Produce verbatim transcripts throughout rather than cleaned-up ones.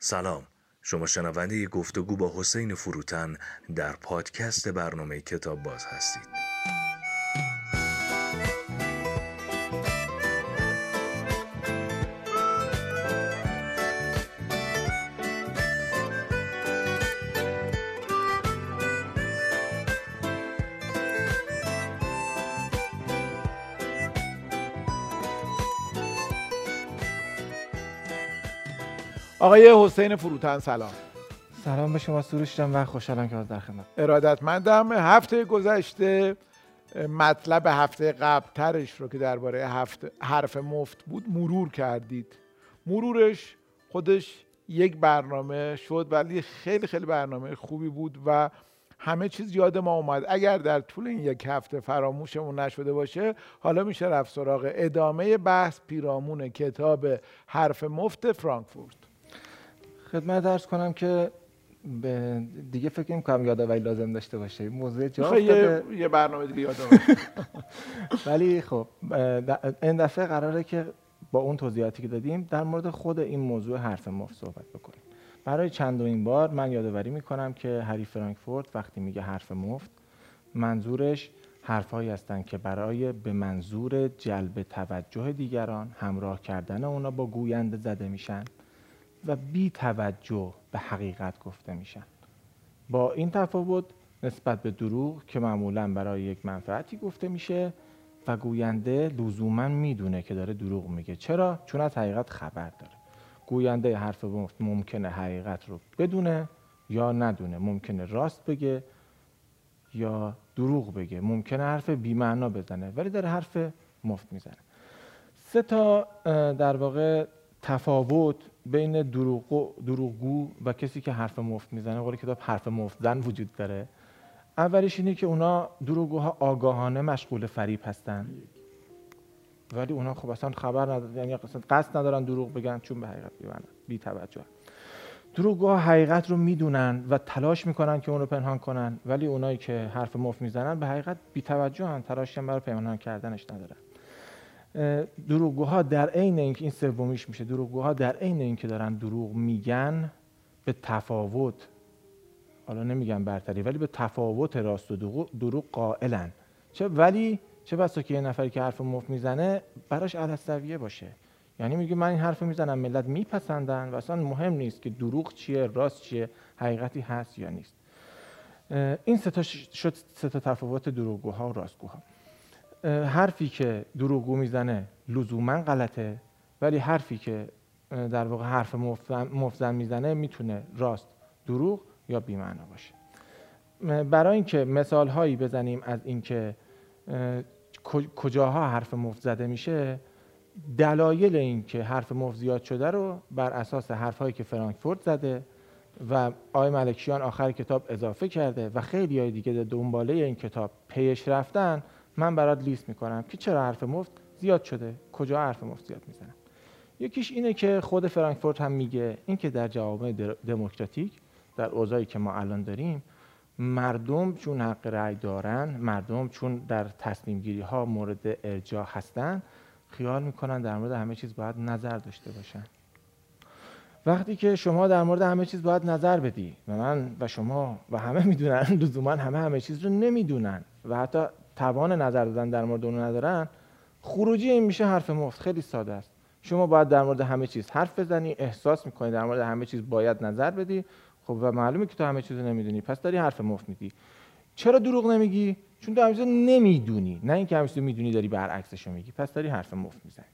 سلام، شما شنونده گفتگو با حسین فروتن در پادکست برنامه کتاب باز هستید. آقای حسین فروتن سلام. سلام به شما سروش جان و خوشحالم که در خدمت. ارادتمندم. هفته گذشته مطلب هفته قبل ترش رو که درباره حرف مفت بود مرور کردید. مرورش خودش یک برنامه شد ولی خیلی خیلی برنامه خوبی بود و همه چیز یاد ما اومد. اگر در طول این یک هفته فراموشمون نشده باشه، حالا میشه رفت سراغ ادامه بحث پیرامون کتاب حرف مفت فرانکفورت. خدمت عرض کنم که به دیگه فکر نمی‌کنم یادآوری لازم داشته باشه. موضوع جا افتاده یه برنامه دیگه یادآوری. ولی خب این دفعه قراره که با اون توضیحاتی که دادیم در مورد خود این موضوع حرف مفت صحبت بکنیم. برای چندمین بار من یادآوری می‌کنم که هری فرانکفورت وقتی میگه حرف مفت، منظورش حرفایی هستند که برای به منظور جلب توجه دیگران همراه کردن اونا با گوینده زده میشن و بی توجه به حقیقت گفته میشن. با این تفاوت نسبت به دروغ که معمولاً برای یک منفعتی گفته میشه و گوینده لزوماً میدونه که داره دروغ میگه. چرا؟ چون از حقیقت خبر داره. گوینده حرف مفت ممکنه حقیقت رو بدونه یا ندونه، ممکنه راست بگه یا دروغ بگه، ممکنه حرف بی‌معنا بزنه ولی داره حرف مفت میزنه. سه تا در واقع تفاوت بین دروغ دروغگو و کسی که حرف مفت میزنه، قول کتاب حرف مفت زن وجود داره. اولیش اینه که اونا دروغگوها آگاهانه مشغول فریب هستن ولی اونا خب اصلا خبر ندارن، یعنی اصلا قصد ندارن دروغ بگن چون به حقیقت بی توجه. دروغگوها حقیقت رو میدونن و تلاش میکنن که اون رو پنهان کنن ولی اونایی که حرف مفت میزنن به حقیقت بی توجهن، تلاشی هم برای پنهان کردنش ندارن. دروغگوها در عین اینکه این سومیش میشه، دروغگوها در عین اینکه دارن دروغ میگن به تفاوت، حالا نمیگم برتری، ولی به تفاوت راست و دروغ قائلن. چه ولی چه بسا که یه نفری که حرف مفت میزنه براش الستویه باشه، یعنی میگه من این حرف میزنم ملت میپسندن و اصلا مهم نیست که دروغ چیه راست چیه، حقیقتی هست یا نیست. این سه تا شد سه تا تفاوت دروغگوها و راستگوها. حرفی که دروغگو میزنه لزوما غلطه ولی حرفی که در واقع حرف مفزن میزنه میتونه راست، دروغ یا بی‌معنا باشه. برای اینکه مثال هایی بزنیم از اینکه کجاها حرف مفت زده میشه، دلایل اینکه حرف مفت زیاد شده رو بر اساس حرفایی که فرانکفورت زده و آقای ملکیان آخر کتاب اضافه کرده و خیلی های دیگه دنباله این کتاب پیش رفتن، من برات لیست میکنم که چرا حرف مفت زیاد شده، کجا حرف مفت زیاد میزنن. یکیش اینه که خود فرانکفورت هم میگه این که در جوامع دموکراتیک، در اوضاعی که ما الان داریم، مردم چون حق رأی دارن، مردم چون در تصمیم گیری ها مورد ارجاع هستن، خیال میکنن در مورد همه چیز باید نظر داشته باشن. وقتی که شما در مورد همه چیز باید نظر بدی و من و شما و همه میدونن، لزوما همه همه چیز رو نمیدونن و حتی توان نظر دادن در مورد اون ندارن، خروجی این میشه حرف مفت. خیلی ساده است. شما باید در مورد همه چیز حرف بزنی، احساس میکنی در مورد همه چیز باید نظر بدی، خب و معلومه که تو همه چیز رو نمیدونی، پس داری حرف مفت میگی. چرا دروغ نمیگی؟ چون تو همه چیز نمیدونی، نه اینکه همه چیز میدونی داری برعکسش میگی، پس داری حرف مفت میزنی.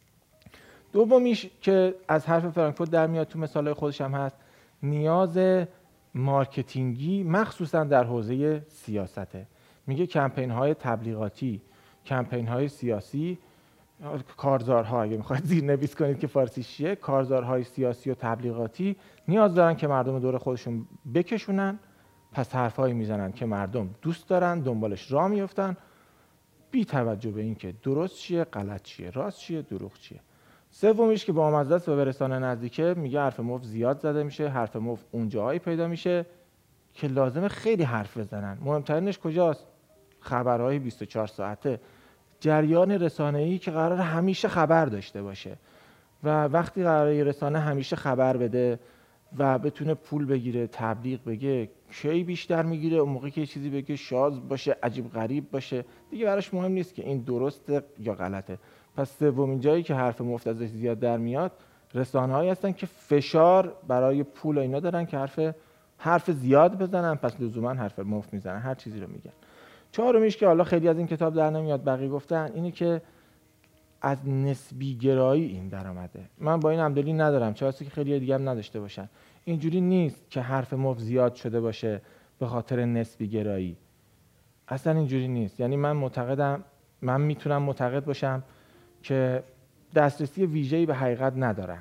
دومیش که از حرف فرانکفورت در میاد، تو مثالای خودش هم هست، نیاز مارکتینگی مخصوصا در حوزه سیاسته. میگه کمپین های تبلیغاتی، کمپین های سیاسی، کارزارها، اگه میخواید زیرنویس کنید که فارسیش چیه، کارزارهای سیاسی و تبلیغاتی نیاز دارن که مردم دور خودشون بکشونن، پس حرفایی میزنن که مردم دوست دارن، دنبالش راه میافتن، بی توجه به اینکه درست چیه، غلط چیه، راست چیه، دروغ چیه. سومیش که با مزدست و به رسانه نزدیکه، میگه حرف مفت زیاد زده میشه، حرف مفت اون جاهایی پیدا میشه که لازمه خیلی حرف بزنن. مهمترینش کجاست؟ خبرهای بیست و چهار ساعته، جریان رسانه‌ای که قرار همیشه خبر داشته باشه و وقتی قراره رسانه همیشه خبر بده و بتونه پول بگیره، تبلیغ بگه، کی بیشتر میگیره؟ اون موقعی که یه چیزی بگه شاذ باشه، عجیب غریب باشه، دیگه براش مهم نیست که این درسته یا غلطه. پس سومین جایی که حرف مفت ازش زیاد در میاد رسانه‌هایی هستن که فشار برای پول و اینا دارن که حرف حرف زیاد بزنن، پس لزوما حرف مفت میزنن، هر چیزی رو میگن. چهارمیش که حالا خیلی از این کتاب در نمیاد، بقیه گفتن، اینه که از نسبی گرایی این در آمده. من با این همدلی ندارم، چه واسه که خیلی دیگه هم نداشته باشن. اینجوری نیست که حرف مفت زیاد شده باشه به خاطر نسبی گرایی. اصلا اینجوری نیست. یعنی من معتقدم، من میتونم معتقد باشم که دسترسی ویژه‌ای به حقیقت ندارم.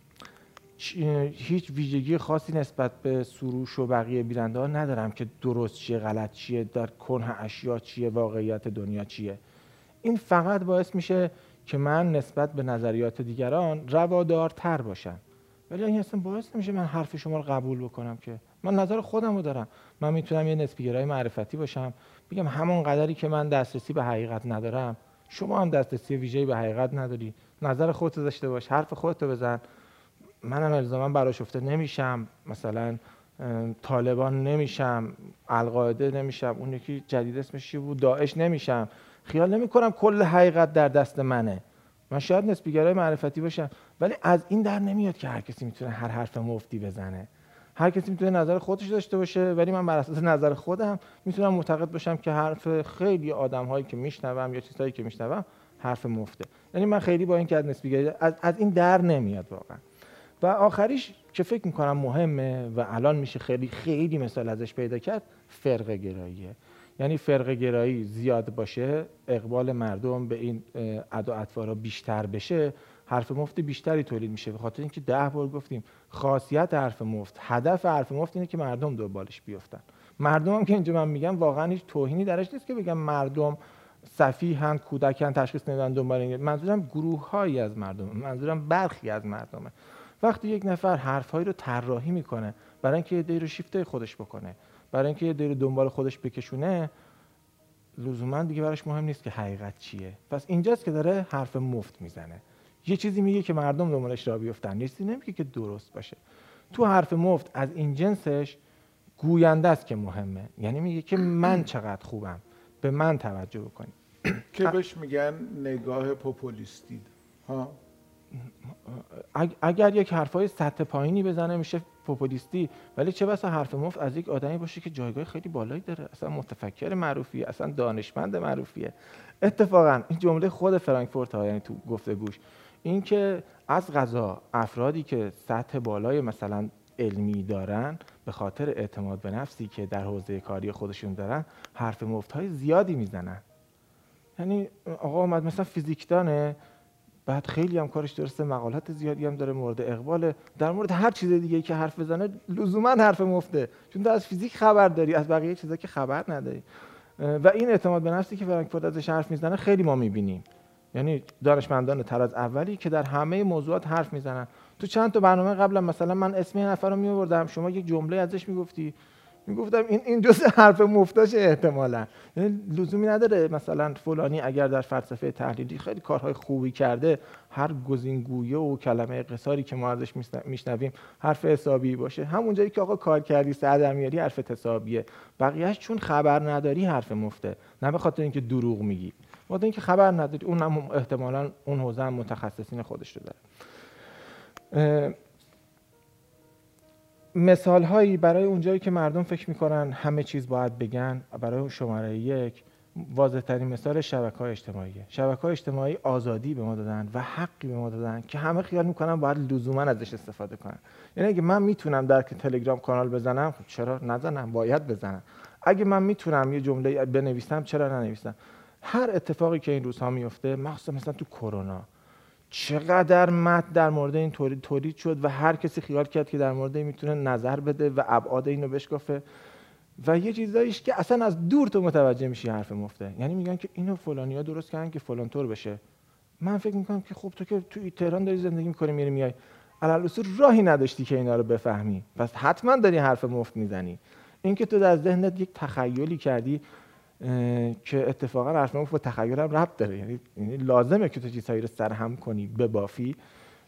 هیچ ویژگی خاصی نسبت به سروش و بقیه بیننده ها ندارم که درست چیه، غلط چیه، در کنه اشیا چیه، واقعیت دنیا چیه. این فقط باعث میشه که من نسبت به نظریات دیگران روادارتر باشم. ولی این اصلا باعث نمیشه من حرف شما رو قبول بکنم، که من نظر خودم رو دارم. من میتونم یه نسبی‌گرای معرفتی باشم، بگم همون قدری که من دسترسی به حقیقت ندارم، شما هم دسترسی ویژه‌ای به حقیقت نداری. نظر خودت داشته باش، حرف خودت رو بزن. منم الزاما برآشفته نمیشم، مثلا طالبان نمیشم، القاعده نمیشم، اون یکی جدید اسمش چی بود، داعش نمیشم. خیال نمی‌کنم کل حقیقت در دست منه. من شاید نسبی‌گرای معرفتی باشم، ولی از این در نمیاد که هر کسی میتونه هر حرف مفتی بزنه. هر کسی میتونه نظر خودش داشته باشه، ولی من بر اساس نظر خودم میتونم معتقد باشم که حرف خیلی آدم‌هایی که میشنوم یا چیزایی که میشنوم حرف مفته. یعنی من خیلی با این که از نسبی‌گرایی از, از این در نمیاد واقعا. و آخریش که فکر میکنم مهمه و الان میشه خیلی خیلی مثال ازش پیدا کرد، فرقه گراییه. یعنی فرقه گرایی زیاد باشه، اقبال مردم به این عد و اطوارا بیشتر بشه، حرف مفت بیشتری تولید میشه. به خاطر اینکه ده بار گفتیم خاصیت حرف مفت، هدف حرف مفت اینه که مردم دنبالش بیفتن. مردم هم که اینجا من میگم واقعا هیچ توهینی درش نیست که بگم مردم سفیهن، کودکن، تشخیص نمیدن دنبال این. منظورم گروه‌هایی از مردم، منظورم برخی از مردمه. وقتی یک نفر حرفایی رو طراحی میکنه برای اینکه یه دی رو شیفته خودش بکنه، برای اینکه یه دی رو دنبال خودش بکشونه، لزوما دیگه براش مهم نیست که حقیقت چیه. پس اینجاست که داره حرف مفت میزنه. یه چیزی میگه که مردم دنبالش راه بیفتن، نیستی نمیگه که درست باشه. تو حرف مفت از این جنسش گوینده است که مهمه. یعنی میگه که من چقدر خوبم، به من توجه بکنید. که بهش میگن نگاه پوپولیستی. ها اگر یک حرفای سطح پایینی بزنه میشه پوپولیستی، ولی چه بسا حرف مفت از یک آدمی باشه که جایگاه خیلی بالایی داره، اصلا متفکر معروفیه، اصلا دانشمند معروفیه. اتفاقا این جمله خود فرانکفورت ها، یعنی تو گفتگوش، این که از قضا افرادی که سطح بالای مثلا علمی دارن به خاطر اعتماد به نفسی که در حوزه کاری خودشون دارن حرف مفت های زیادی میزنن. یعنی آقا اومد مثلا فیزیکدانه، بعد خیلی هم کارش درسته، مقالات زیادی هم داره، مورد اقباله، در مورد هر چیز دیگه که حرف بزنه لزوما حرف مفته، چون تو از فیزیک خبر داری، از بقیه چیزا که خبر نداری. و این اعتماد به نفسی که فرانکفورت ازش حرف میزنه خیلی ما میبینیم. یعنی دانشمندان طراز اولی که در همه موضوعات حرف میزنن. تو چند تا برنامه قبلا مثلا من اسم یه نفر رو میآوردم، شما یک جمله ازش میگفتی، میگفتم این این جزء حرف مفتاشه احتمالاً. یعنی لزومی نداره مثلا فلانی اگر در فلسفه تحلیلی خیلی کارهای خوبی کرده، هر گزینگویه و کلمه قصاری که ما ازش میشنویم حرف حسابی باشه. همون جایی که آقا کار کردی سر در میاری حرف حسابیه، بقیه‌اش چون خبر نداری حرف مفته، نه به خاطر اینکه دروغ میگی، به خاطر اینکه خبر نداری. اون هم احتمالاً اون حوزه هم متخصصین خودش رو داره. مثال هایی برای اونجایی که مردم فکر میکنن همه چیز باید بگن، برای اون شماره یک واضح ترین مثال شبکه‌های اجتماعیه. شبکه‌های اجتماعی آزادی به ما دادن و حقی به ما دادن که همه خیال میکنن باید لزوما ازش استفاده کنن. یعنی اگه من میتونم در تلگرام کانال بزنم، خب چرا نزنم؟ باید بزنم. اگه من میتونم یه جمله بنویسم، چرا ننویسم؟ هر اتفاقی که این روزها میفته، مخصوصا مثلا تو کرونا، چقدر متن در مورد این تولید تولید شد و هر کسی خیال کرد که در مورد این میتونه نظر بده و ابعاد اینو بشکافه و یه چیزاییش که اصلا از دور تو متوجه میشی حرف مفته. یعنی میگن که اینو فلانیا درست کردن که فلان طور بشه. من فکر میکنم که خب تو که تو تهران داری زندگی میکنی، میری میای، علالرسول راهی نداشتی که اینا رو بفهمی، پس حتما داری حرف مفت میزنی. این که تو در ذهنت یک تخیلی کردی که اتفاقا حرف مفت با تخیل هم ربط داره، یعنی یعنی لازمه که تو چیزهایی رو سرهم کنی، ببافی،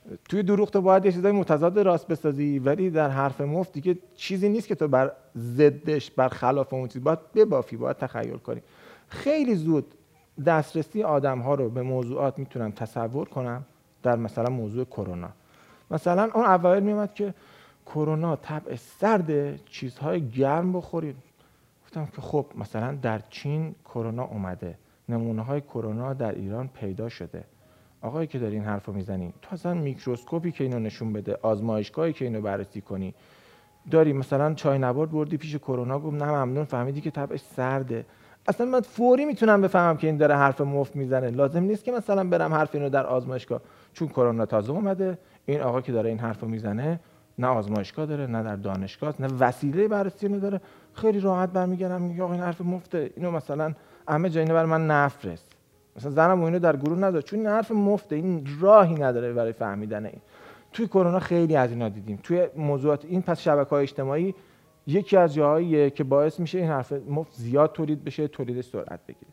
توی دروغ تو باید یه چیزای متضاد راست بسازی، ولی در حرف مفت دیگه چیزی نیست که تو بر ضدش، بر خلاف اون چیز باید ببافی، باید تخیل کنی. خیلی زود دسترسی آدم‌ها رو به موضوعات میتونم تصور کنم. در مثلا موضوع کرونا، مثلا اون اوایل میومد که کرونا طبع سرده، چیزهای گرم بخورید. گفتم که خب مثلا در چین کرونا اومده، نمونه‌های کرونا در ایران پیدا شده. آقایی که داری این حرفو میزنی، تو اصلا میکروسکوپی که اینو نشون بده، آزمایشگاهی که اینو بررسی کنی داری، مثلا چای نبات بردی پیش کرونا، گفت نه ممنون، فهمیدی که طبعش سرده. اصلا من فوری میتونم بفهمم که این داره حرف مفت میزنه. لازم نیست که مثلا برم حرف اینو در آزمایشگاه، چون کرونا تازه اومده، این آقا که داره این حرفو میزنه نه آزمایشگاه داره، نه در دانشگاه، نه وسیله بررسی نداره، خیلی راحت برمیگردم میگه آقا این حرف مفته، اینو مثلا همه جا اینو برای من نفرست. مثلا زنم اینو در گروه نداره، چون این حرف مفته، این راهی نداره برای فهمیدن این. توی کرونا خیلی از اینا دیدیم. توی موضوعات این پس شبکه‌های اجتماعی یکی از جاهاییه که باعث میشه این حرف مفت زیاد تولید بشه، تولیدش سرعت بگیره.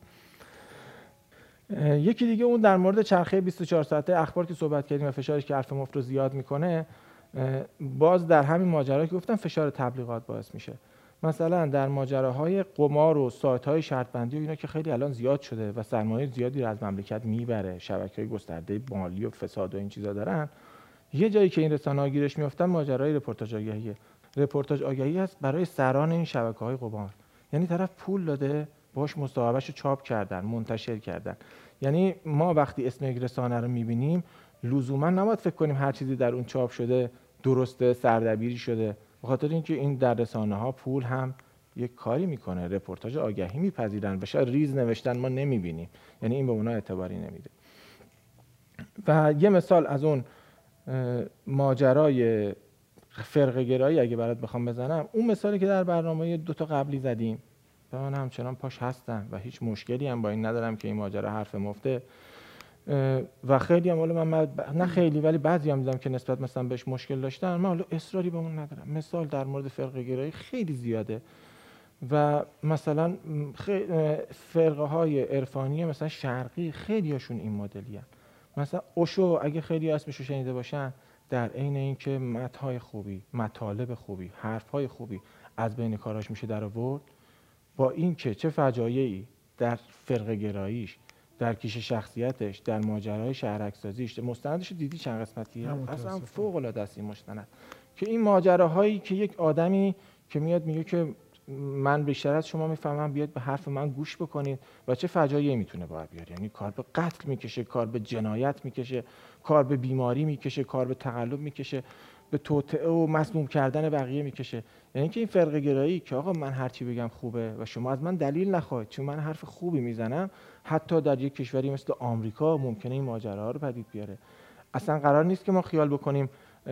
یکی دیگه اون در مورد چرخه بیست و چهار ساعته اخبار که صحبت کردیم و فشارش که حرف مفت رو زیاد میکنه، باز در همین ماجرا که گفتم فشار تبلیغات باعث میشه. مثلا در ماجراهای قمار و سایت‌های شرط بندی و اینا که خیلی الان زیاد شده و سرمایه زیادی رو از مملکت میبره، شبکه‌های گسترده مالی و فساد و این چیزا دارن، یه جایی که این رسانه‌ها گیرش میافتن ماجرای رپورتاج آگهیه. رپورتاج آگهی هست برای سران این شبکه‌های قمار. یعنی طرف پول داده، باهاش مصاحبهشو چاپ کردن، منتشر کردن. یعنی ما وقتی اسم یک رسانه رو می‌بینیم لزوما نباید فکر کنیم هر چیزی در اون چاپ شده درسته، سردبیری شده، به خاطر اینکه این در رسانه‌ها پول هم یک کاری میکنه، رپورتاج آگهی میپذیرن و شاید ریز نوشتن ما نمیبینیم، یعنی این به اونا اعتباری نمیده. و یه مثال از اون ماجرای فرقه گرایی اگه برات بخوام بزنم، اون مثالی که در برنامه دو تا قبلی زدیم و من همچنان پاش هستم و هیچ مشکلی هم با این ندارم که این ماجرا حرف مفته و خیلی هم حالا من نه خیلی ولی بعضی هم دیدم که نسبت مثلا بهش مشکل داشتن، من حالا اصراری به اون ندارم. مثال در مورد فرقه گرایی خیلی زیاده و مثلا فرقه های عرفانی مثلا شرقی خیلی هاشون این مدلی هستن. مثلا اوشو اگه خیلی اسمش رو شنیده باشن، در عین اینکه متن‌های خوبی، مطالب خوبی، حرف‌های خوبی از بین کاراش میشه در آورد، با اینکه چه فجایعی در فرقه گراییش، در کیش شخصیتش، در ماجرای شهرک‌سازیش، مستندش دیدی چند قسمتیه؟ اصلا فوق‌العاده است این مستند که این ماجراهایی که یک آدمی که میاد میگه که من بیشتر از شما میفهمم، بیاد به حرف من گوش بکنید و چه فجایعی میتونه باید بیاره. یعنی کار به قتل میکشه، کار به جنایت میکشه، کار به بیماری میکشه، کار به تقلب میکشه، به توطئه و مسموم کردن بقیه میکشه. یعنی که این فرقه گرایی که آقا من هر چی بگم خوبه و شما از من دلیل نخواهید چون من حرف خوبی میزنم، حتی در یک کشوری مثل آمریکا ممکنه این ماجراها رو پدید بیاره. اصلا قرار نیست که ما خیال بکنیم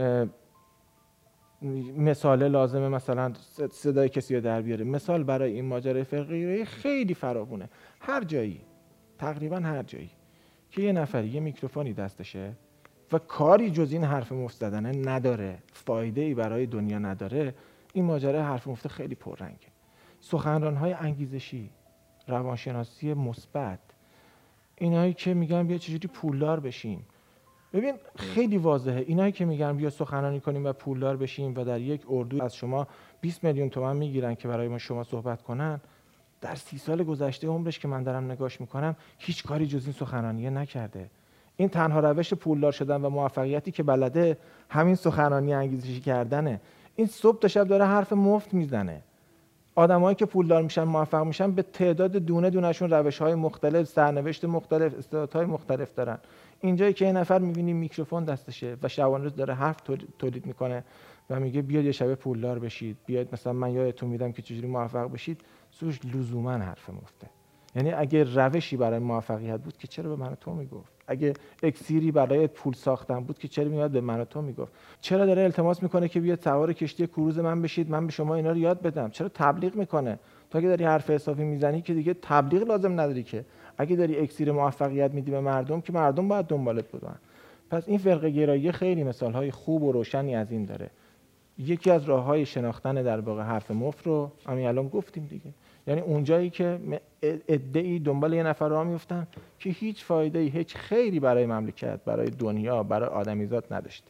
مثال لازمه مثلا صدای کسی رو در بیاره. مثال برای این ماجرای فرقه گرایی خیلی فراوونه. هر جایی، تقریبا هر جایی که یه نفری یه میکروفونی دستشه و کاری جز این حرف مفت زدنه نداره، فایده‌ای برای دنیا نداره، این ماجرای حرف مفت خیلی پررنگه. سخنران‌های انگیزشی، روانشناسی مثبت، اینایی که میگن بیا چجوری پولدار بشیم. ببین خیلی واضحه، اینایی که میگن بیا سخنرانی کنیم و پولدار بشیم و در یک اردو از شما بیست میلیون تومان میگیرن که برای ما شما صحبت کنن، در سی سال گذشته عمرش که من دارم نگاش میکنم هیچ کاری جز این سخنرانی نکرده. این تنها روش پولدار شدن و موفقیتی که بلده همین سخنرانی انگیزشی کردنه. این صبح تا شب داره حرف مفت میزنه. آدمایی که پولدار میشن، موفق میشن، به تعداد دونه دونهشون روش‌های مختلف، سرنوشت مختلف، استعدادهای مختلف دارن. اینجایی که یه نفر می‌بینی میکروفون دستشه و شبانه روز داره حرف تولید میکنه و میگه بیاد یه شب پولدار بشید، بیاد مثلا من یادتون میدم که چجوری موفق بشید، سوش لزوما حرف مفته. یعنی اگه روشی برای موفقیت بود که چرا به من و تو میگفت؟ اگه اکسیری برای پول ساختن بود که چرا میاد به من و تو میگفت؟ چرا داره التماس میکنه که بیاد سوار کشتی کروز من بشید، من به شما اینا رو یاد بدم؟ چرا تبلیغ میکنه؟ تو اگه داری حرف حسابی میزنی که دیگه تبلیغ لازم نداری که. اگه داری اکسیر موفقیت میدی به مردم که مردم باید دنبالت بدن. پس این فرقه گرایی خیلی مثالهای خوب و روشنی از این داره. یکی از راه‌های شناختن در واقع حرف مفت رو همین الان گفتیم دیگه. یعنی اونجایی که عده‌ای دنبال یه نفر راه میفتن که هیچ فایده‌ای، هیچ خیری برای مملکت، برای دنیا، برای آدمیزاد نداشت.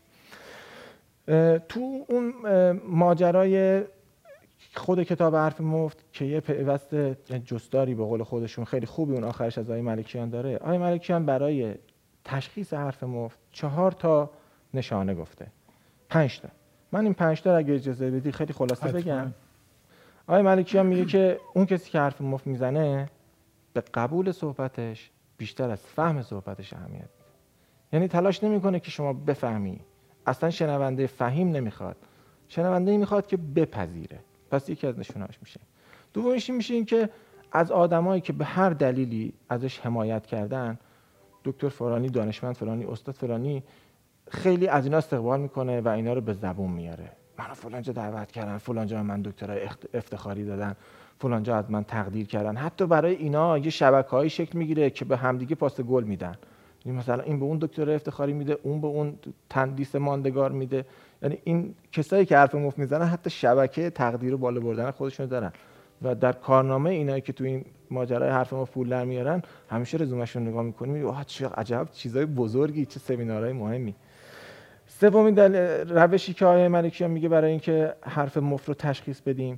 تو اون ماجرای خود کتاب حرف مفت که یه پیوست جستاری به قول خودشون خیلی خوبی اون آخرش از آقای ملکیان داره، آقای ملکیان برای تشخیص حرف مفت چهار تا نشانه گفته، پنج تا. من این پنج تا اگه اجازه بدی خیلی خلاصه بگم. آقای ملکیان میگه که اون کسی که حرف مفت میزنه به قبول صحبتش بیشتر از فهم صحبتش اهمیت میده. یعنی تلاش نمیکنه که شما بفهمی، اصلا شنونده فهیم نمیخواد، شنونده میخواد که بپذیره. پس یکی از نشونهاش میشه. دومیش میشه این که از آدمایی که به هر دلیلی ازش حمایت کردن، دکتر فلانی، دانشمند فلانی، استاد فلانی، خیلی از اینا استقبال میکنه و اینا رو به زبون میاره. منو فلان جا دعوت کردن، فلان جا من دکترای افتخاری دادن، فلان جا از من تقدیر کردن. حتی برای اینا یه شبکه‌ای شکل میگیره که به همدیگه پاس گل میدن. یعنی مثلا این به اون دکترای افتخاری میده، اون به اون تندیس ماندگار میده. یعنی این کسایی که حرف مفت میزنن حتی شبکه تقدیر و بالا بردن خودشون دارن و در کارنامه اینایی که تو این ماجرای حرف مفت پول در میارن همیشه رزومه‌شون نگاه می‌کنی میگی آها چه عجب چیزای بزرگی، چه سمینارهای مهمی. سومین روشی که آقای ملکیان میگه برای اینکه حرف مفت رو تشخیص بدیم،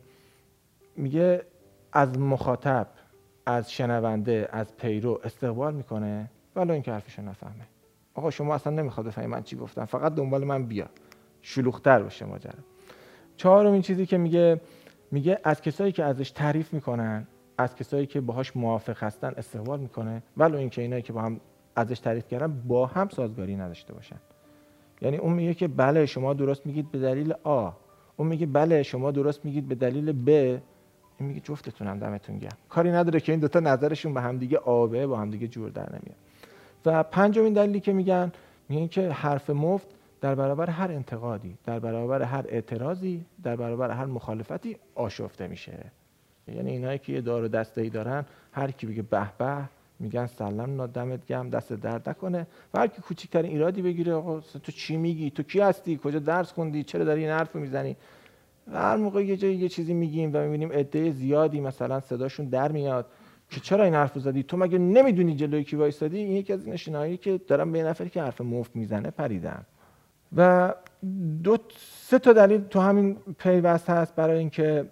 میگه از مخاطب، از شنونده، از پیرو استقبال میکنه ولی اینکه حرفشو نفهمه. آقا شما اصلا نمیخواد بفهمی من چی گفتم، فقط دنبال من بیا، شلوغ‌تر باشه ماجرا. چهارمین چیزی که میگه، میگه از کسایی که ازش تعریف میکنن، از کسایی که باهاش موافق هستن استقبال میکنه ولی اینکه اینایی که با هم ازش تعریف کردن با هم سازگاری نداشته باشن. یعنی اون میگه که بله شما درست میگید به دلیل آ، اون میگه بله شما درست میگید به دلیل ب، این میگه جفتتون هم دمتون گرم. کاری نداره که این دوتا نظرشون به هم دیگه آبه، با هم دیگه جور در نمیاد. و پنجمین دلیلی که میگن، میگن که حرف مفت در برابر هر انتقادی، در برابر هر اعتراضی، در برابر هر مخالفتی آشفته میشه. یعنی اینایی که یه دار و دسته‌ای دارن، هر کی بگه به به میگن سلام دمت گرم، دست درد نکنه. و هر کی کوچیک‌ترین ایرادی بگیره، آقا تو چی میگی، تو کی هستی، کجا درس خوندی، چرا داری این حرفو میزنی. هر موقع یه جایی یه چیزی میگیم و میبینیم عده زیادی مثلا صداشون در میاد که چرا این حرفو زدی، تو مگه نمیدونی جلوی کی وایسادی، این یکی از نشانه‌هایی که دارن به نفری که حرف مفت میزنه پریدن. و دو سه تا دلیل تو همین پیوست هست برای اینکه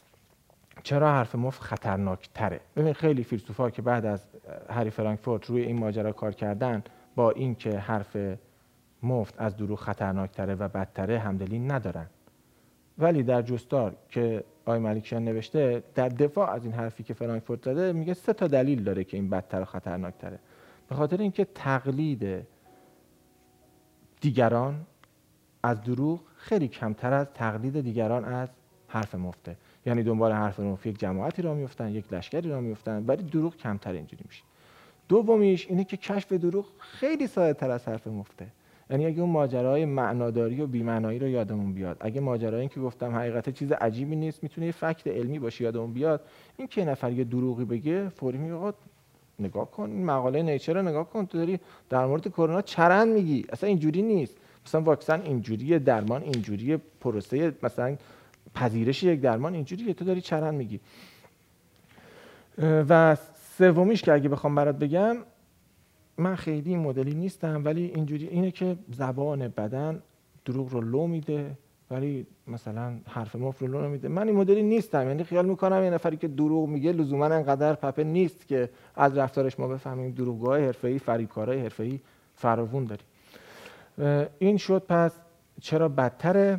چرا حرف مفت خطرناک تره. ببین خیلی فیلسوفا که بعد از هری فرانکفورت روی این ماجرا کار کردن، با اینکه حرف مفت از دروغ خطرناک تره و بدتره همدلی ندارن، ولی در جستار که آقای ملکیان نوشته در دفاع از این حرفی که فرانکفورت زده، میگه سه تا دلیل داره که این بدتر و خطرناک تره. به خاطر اینکه تقلید دیگران از دروغ خیلی کمتر از تقلید دیگران از حرف مفته. یعنی دنبال حرف مفت یک جماعتی را میفتن، یک لشکری را میفتن، ولی دروغ کمتر اینجوری میشه. دومیش اینه که کشف دروغ خیلی ساده تر از حرف مفته. یعنی اگه اون ماجرای معناداری و بی‌معنایی رو یادمون بیاد، اگه ماجرایی این که گفتم حقیقت چیز عجیبی نیست، میتونه یه فکت علمی باشه یادمون بیاد، این که نفر یه دروغی بگه فوری میگه آقا نگاه کن این مقاله نیچر رو نگاه کن، تو داری در مورد کرونا چرند میگی، اصلا اینجوری نیست، مثلا واکسن اینجوریه، درمان اینجوریه، پروسه مثلا پذیرش یک درمان اینجوریه، تو داری چرند میگی. و سومیش که اگه بخوام برات بگم، من خیلی این مدلی نیستم ولی اینجوری اینه که زبان بدن دروغ رو لو میده ولی مثلا حرف مفت رو لو نمیده. من این مدلی نیستم، یعنی خیال میکنم یه نفری که دروغ میگه لزوما انقدر پپه نیست که از رفتارش ما بفهمیم دروغگوهای حرفه‌ای، فریبکارهای حرفه‌ای فراوون داریم. این شد پس چرا بدتره.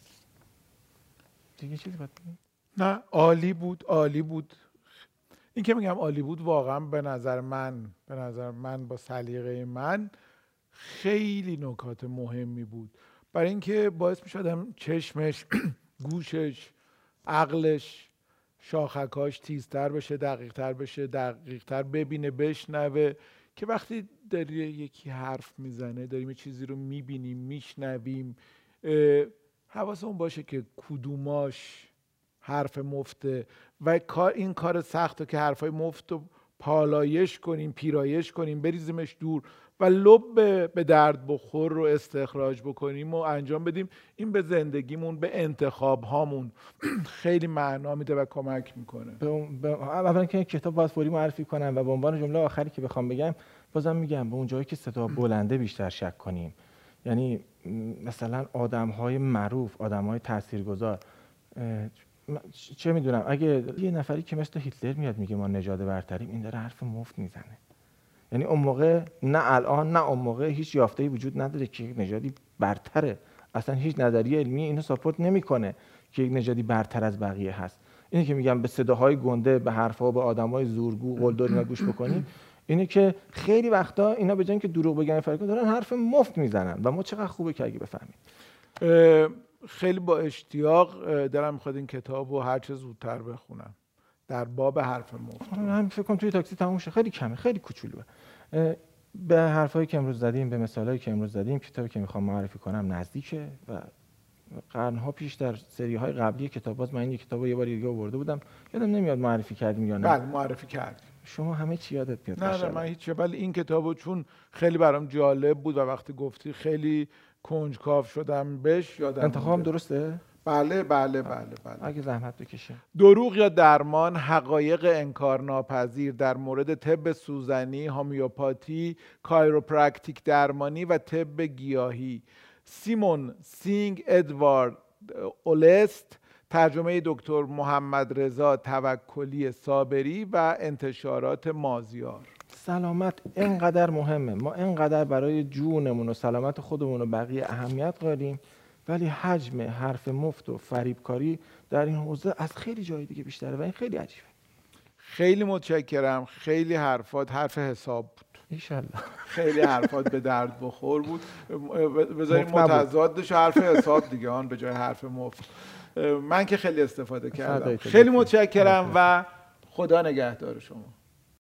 دیگه چیزی باید بگیم؟ نه عالی بود، عالی بود. این که میگم عالی بود واقعا به نظر من به نظر من با سلیقه من خیلی نکات مهمی بود، برای اینکه باعث میشه آدم چشمش، گوشش، عقلش، شاخکاش تیزتر بشه، دقیقتر بشه، دقیقتر ببینه، بشنوه. که وقتی داری یکی حرف میزنه، داریم یه چیزی رو میبینیم، میشنویم، حواسمون باشه که کدوماش حرف مفته و کار این کار سخته که حرفای مفت رو پالایش کنیم، پیرایش کنیم، بریزیمش دور و لب به درد بخور رو استخراج بکنیم و انجام بدیم. این به زندگیمون، به انتخاب هامون خیلی معنا میده و کمک میکنه. اولا که این کتاب باید فوری معرفی کنم و به عنوان جمله آخری که بخوام بگم، بازم میگم به اون جایی که صدا بلنده بیشتر شک کنیم. یعنی مثلا آدم‌های معروف، آدم‌های تاثیرگذار، چه میدونم اگه یه نفری که مثل هیتلر میاد میگه ما نژاد برتریم، این داره حرف مفت میزنه. یعنی اون موقع نه الان نه اون موقع هیچ یافته‌ای وجود نداره که یک نژادی برتره. اصلا هیچ نظریه علمی اینو ساپورت نمیکنه که یک نژادی برتر از بقیه هست. اینی که میگم به صداهای گنده، به حرفا، به آدمای زورگو، قلدر اینا گوش بکنید، اینه که خیلی وقتا اینا به جای اینکه دروغ بگن فرق دارن حرف مفت میزنن و ما چقدر خوبه که اگه بفهمیم. خیلی با اشتیاق دلم میخواد این کتابو هر چه زودتر بخونم. در باب حرف مفت. من فکر کنم توی تاکسی تموم شه، خیلی کمه، خیلی کوچولوه. به حرفایی که امروز زدیم، به مثالایی که امروز زدیم، کتابی که میخوام معرفی کنم نزدیکه و قرنها پیش در سری‌های قبلی کتاب باز من این کتابو یه بار دیگه آورده بودم. یادم نمیاد معرفی کردیم یا نه. بله معرفی کردیم. شما همه چی یادت میاد؟ نه نه من هیچ، ولی این کتابو چون خیلی برام جالب بود و وقتی گفتی خیلی کنجکاو شدم بهش. یادم انتخابم درسته؟ بله بله بله بله. اگه زحمت بکشیم. دروغ یا درمان، حقایق انکارناپذیر در مورد طب سوزنی، هومیوپاتی، کایروپرکتیک درمانی و طب گیاهی. سیمون سینگ ادوارد اولست، ترجمه دکتر محمد رضا توکلی صابری و انتشارات مازیار. سلامت اینقدر مهمه، ما اینقدر برای جونمون و سلامت خودمون و بقیه اهمیت قائلیم، ولی حجم حرف مفت و فریبکاری در این حوزه از خیلی جای دیگه بیشتره و این خیلی عجیبه. خیلی متشکرم. خیلی حرفات حرف حساب بود. ایشالله. خیلی حرفات به درد بخور بود. بذاریم متضادش حرف حساب دیگه، آن به جای حرف مفت. من که خیلی استفاده کردم. خیلی متشکرم و خدا نگهدار شما.